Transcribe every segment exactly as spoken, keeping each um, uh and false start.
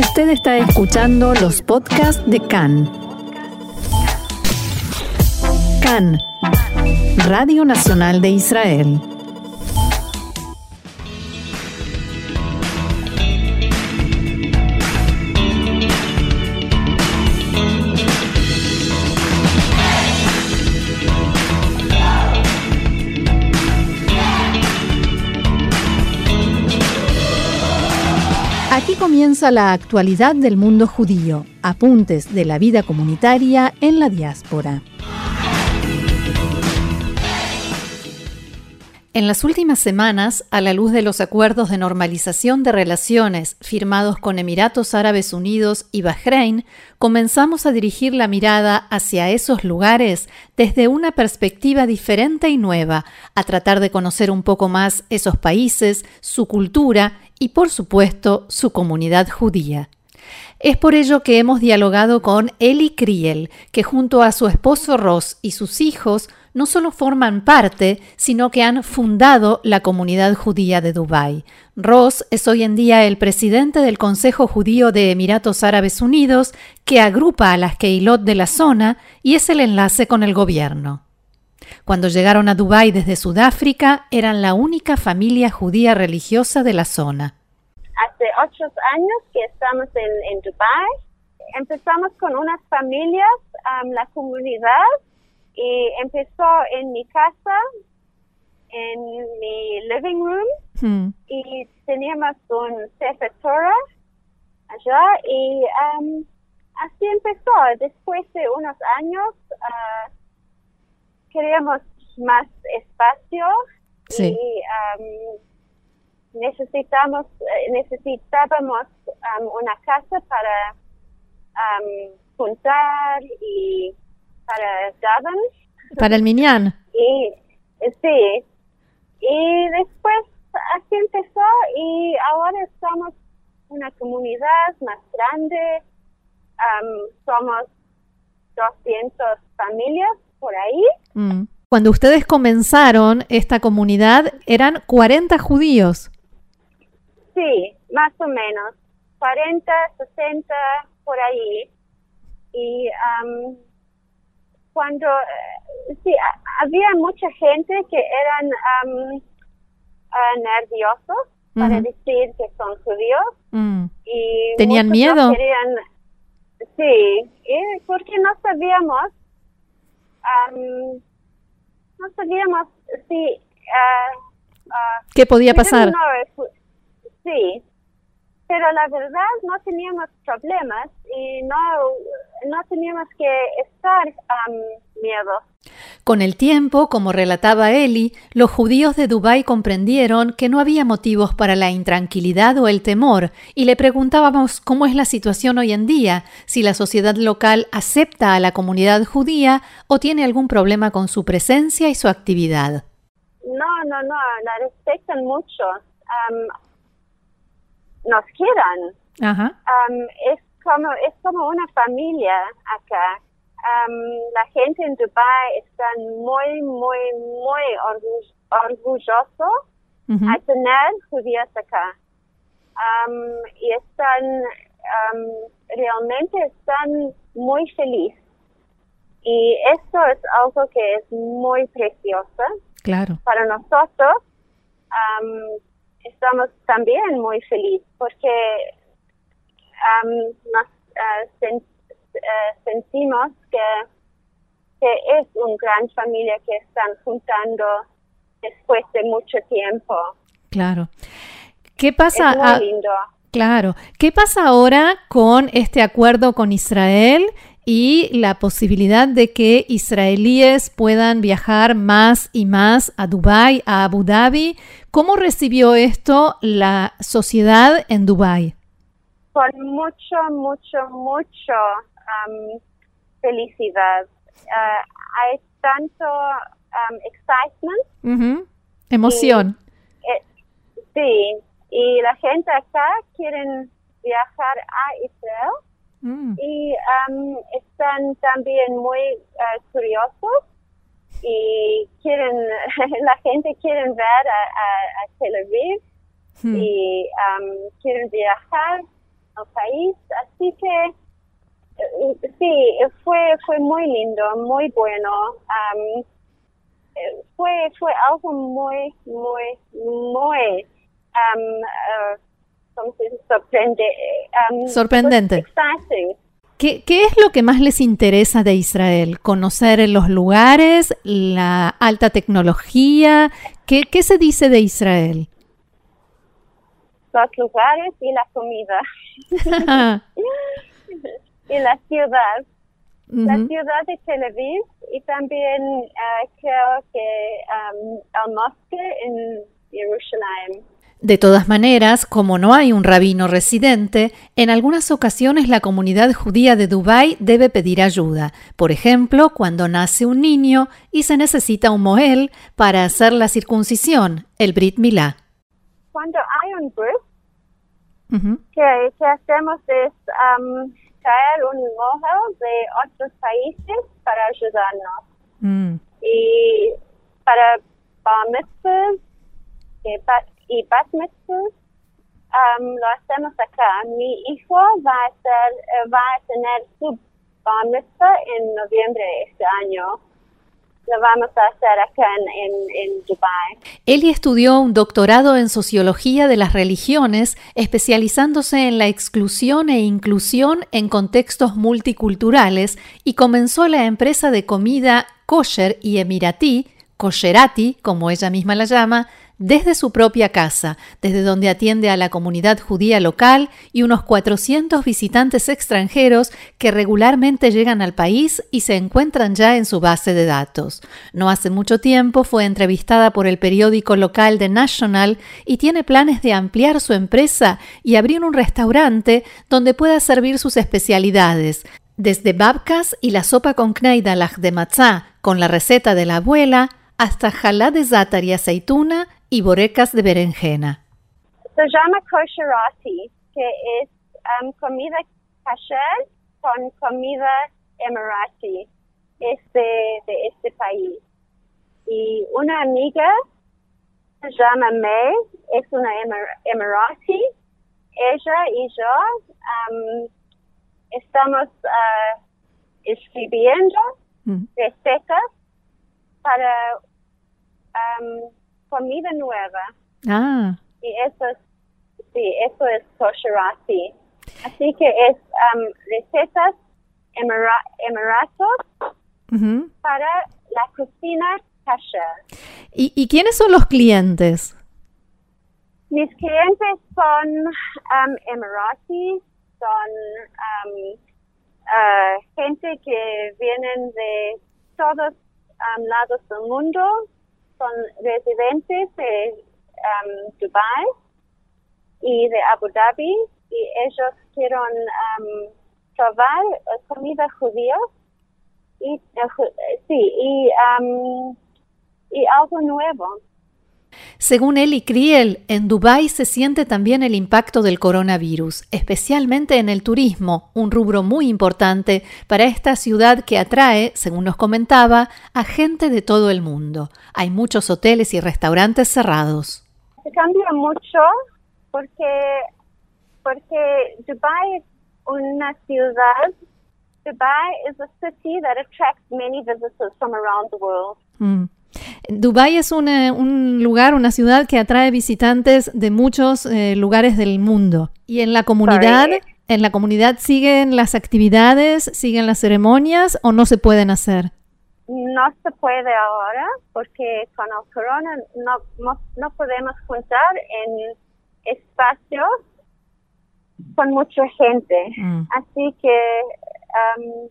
Usted está escuchando los podcasts de C A N. C A N, Radio Nacional de Israel. Aquí comienza la actualidad del mundo judío, apuntes de la vida comunitaria en la diáspora. En las últimas semanas, a la luz de los acuerdos de normalización de relaciones firmados con Emiratos Árabes Unidos y Bahrein, comenzamos a dirigir la mirada hacia esos lugares desde una perspectiva diferente y nueva, a tratar de conocer un poco más esos países, su cultura y, por supuesto, su comunidad judía. Es por ello que hemos dialogado con Eli Kriel, que junto a su esposo Ross y sus hijos no solo forman parte, sino que han fundado la comunidad judía de Dubái. Ross es hoy en día el presidente del Consejo Judío de Emiratos Árabes Unidos, que agrupa a las Keilot de la zona y es el enlace con el gobierno. Cuando llegaron a Dubái desde Sudáfrica, eran la única familia judía religiosa de la zona. Hace ocho años que estamos en, en Dubái, empezamos con unas familias, um, la comunidad, y empezó en mi casa, en mi living room, hmm. y teníamos un Sefer Torah allá, y um, así empezó. Después de unos años, uh, queríamos más espacio, sí. y um, necesitamos, necesitábamos um, una casa para um, juntar y para Daven. Para el minyan. Y sí, y después así empezó y ahora somos una comunidad más grande, um, somos doscientas familias por ahí. Mm. Cuando ustedes comenzaron esta comunidad, eran cuarenta judíos. Sí, más o menos, cuarenta, sesenta, por ahí. Y um, cuando, uh, sí, a, había mucha gente que eran um, uh, nerviosos uh-huh. para decir que son judíos. Mm. Y ¿Tenían miedo? No querían, sí, y porque no sabíamos, um, no sabíamos si... Uh, uh, ¿Qué podía pasar? No, sí, pero la verdad no teníamos problemas y no, no teníamos que estar um, miedo. Con el tiempo, como relataba Eli, los judíos de Dubái comprendieron que no había motivos para la intranquilidad o el temor y le preguntábamos cómo es la situación hoy en día, si la sociedad local acepta a la comunidad judía o tiene algún problema con su presencia y su actividad. No, no, no, la respetan mucho. Um, nos quieran. Ajá. Um, es como es como una familia acá. Um, la gente en Dubái está muy, muy, muy orgu- orgulloso uh-huh. a tener judíos acá. Um, y están, um, realmente están muy felices. Y esto es algo que es muy precioso. Claro. Para nosotros, um, estamos también muy felices porque um, nos uh, sen- uh, sentimos que, que es una gran familia que están juntando después de mucho tiempo. Claro. ¿Qué pasa? Es muy a- lindo. Claro. ¿Qué pasa ahora con este acuerdo con Israel y la posibilidad de que israelíes puedan viajar más y más a Dubái, a Abu Dhabi? ¿Cómo recibió esto la sociedad en Dubái? Con mucho, mucho, mucho um, felicidad. Uh, hay tanto um, excitement. Uh-huh. Emoción. Y, eh, sí, y la gente acá quiere viajar a Israel. Mm. Y um, están también muy uh, curiosos y quieren, la gente quiere ver a, a, a Tel Aviv mm. y um, quieren viajar al país. Así que sí, fue fue muy lindo, muy bueno. Um, fue fue algo muy muy muy um, uh, ¿cómo se dice? Sorprende, um, Sorprendente. Exciting. ¿Qué, ¿Qué es lo que más les interesa de Israel? ¿Conocer los lugares, la alta tecnología? ¿Qué, qué se dice de Israel? Los lugares y la comida. Y la ciudad. Uh-huh. La ciudad de Tel Aviv y también uh, creo que um, el mosque en Jerusalén. De todas maneras, como no hay un rabino residente, en algunas ocasiones la comunidad judía de Dubái debe pedir ayuda. Por ejemplo, cuando nace un niño y se necesita un mohel para hacer la circuncisión, el Brit Milá. Cuando hay un brit, uh-huh. que, que hacemos es um, traer un mohel de otros países para ayudarnos. Mm. Y para bar mitzvahs, y bat mitzvahs, um, lo hacemos acá. Mi hijo va a, ser, uh, va a tener su bar mitzvah en noviembre de este año. Lo vamos a hacer acá en, en, en Dubái. Eli estudió un doctorado en Sociología de las Religiones, especializándose en la exclusión e inclusión en contextos multiculturales, y comenzó la empresa de comida kosher y emiratí, Kosherati, como ella misma la llama, desde su propia casa, desde donde atiende a la comunidad judía local y unos cuatrocientos visitantes extranjeros que regularmente llegan al país y se encuentran ya en su base de datos. No hace mucho tiempo fue entrevistada por el periódico local The National y tiene planes de ampliar su empresa y abrir un restaurante donde pueda servir sus especialidades, desde babkas y la sopa con kneidalach de matzá con la receta de la abuela, hasta jalá de zátar y aceituna y borecas de berenjena. Se llama Kosherati, que es um, comida kasher con comida emirati, este, de este país. Y una amiga se llama May, es una emir- emirati. Ella y yo um, estamos uh, escribiendo mm. recetas para um, comida nueva. Ah. Y eso es, sí, eso es Kosherati. Así que es um, recetas emira- emiratos uh-huh. para la cocina kasher. ¿Y, ¿Y quiénes son los clientes? Mis clientes son um, emiratis, son um, uh, gente que vienen de todos um, lados del mundo. Son residentes de um, Dubái y de Abu Dhabi, y ellos quieren um, probar comida judía y uh, sí y um, y algo nuevo. Según Eli Kriel, en Dubái se siente también el impacto del coronavirus, especialmente en el turismo, un rubro muy importante para esta ciudad que atrae, según nos comentaba, a gente de todo el mundo. Hay muchos hoteles y restaurantes cerrados. Se cambia mucho porque, porque Dubái es una ciudad. Dubai is a city that attracts many visitors from around the world. Mm. Dubái es una, un lugar, una ciudad que atrae visitantes de muchos eh, lugares del mundo. Y en la comunidad, Sorry. en la comunidad siguen las actividades, siguen las ceremonias, ¿o no se pueden hacer? No se puede ahora porque con el corona no, no, no podemos juntar en espacios con mucha gente. Mm. Así que um,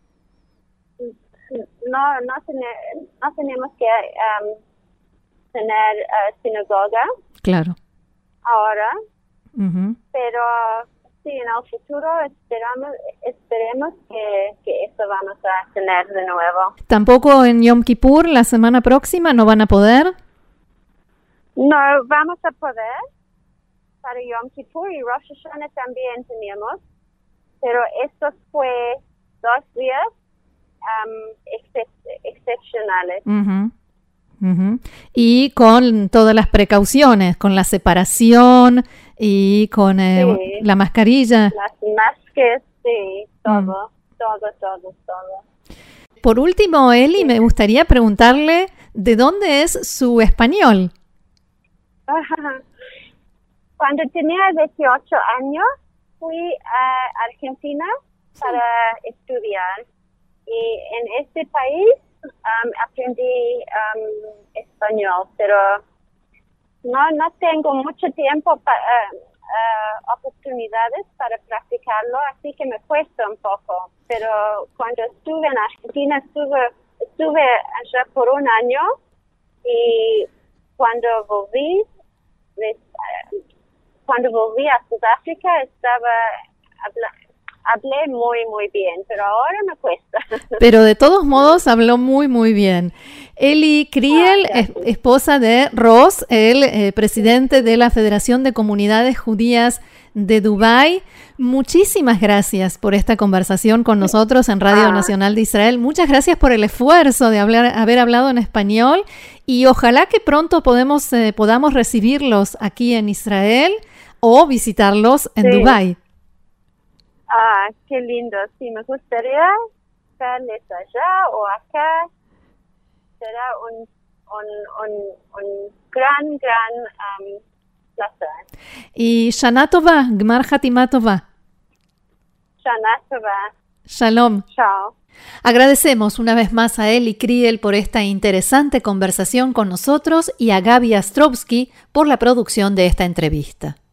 no no, tener, no tenemos que um, tener uh, sinagoga. Claro. Ahora. Uh-huh. Pero sí, en el futuro esperamos, esperemos que, que eso vamos a tener de nuevo. ¿Tampoco en Yom Kippur, la semana próxima, no van a poder? No, vamos a poder. Para Yom Kippur y Rosh Hashanah también teníamos. Pero estos fue dos días um, excep- excepcionales. Uh-huh. Uh-huh. Y con todas las precauciones, con la separación, y con eh, Sí. la mascarilla. Las máscaras, sí, todo, Mm. todo, todo, todo. Por último, Eli, me gustaría preguntarle de dónde es su español. Cuando tenía dieciocho años, fui a Argentina para estudiar. Y en este país um, aprendí um, español, pero no, no tengo mucho tiempo para uh, uh, oportunidades para practicarlo, así que me cuesta un poco. Pero cuando estuve en Argentina, estuve, estuve allá por un año y cuando volví, les, uh, cuando volví a Sudáfrica estaba habla, hablé muy muy bien, pero ahora me cuesta. Pero de todos modos habló muy muy bien. Eli Kriel, Ah, es, esposa de Ross, el eh, presidente de la Federación de Comunidades Judías de Dubái. Muchísimas gracias por esta conversación con nosotros en Radio Ah. Nacional de Israel. Muchas gracias por el esfuerzo de hablar, haber hablado en español y ojalá que pronto podemos, eh, podamos recibirlos aquí en Israel o visitarlos en Sí. Dubái. Ah, qué lindo. Sí, me gustaría verles allá o acá. Será un, un, un, un gran, gran um, placer. Y Shana Tova, Gmar Hatimah Tova. Shana Tova. Shalom. Chao. Agradecemos una vez más a Eli Kriel por esta interesante conversación con nosotros y a Gaby Astrovsky por la producción de esta entrevista.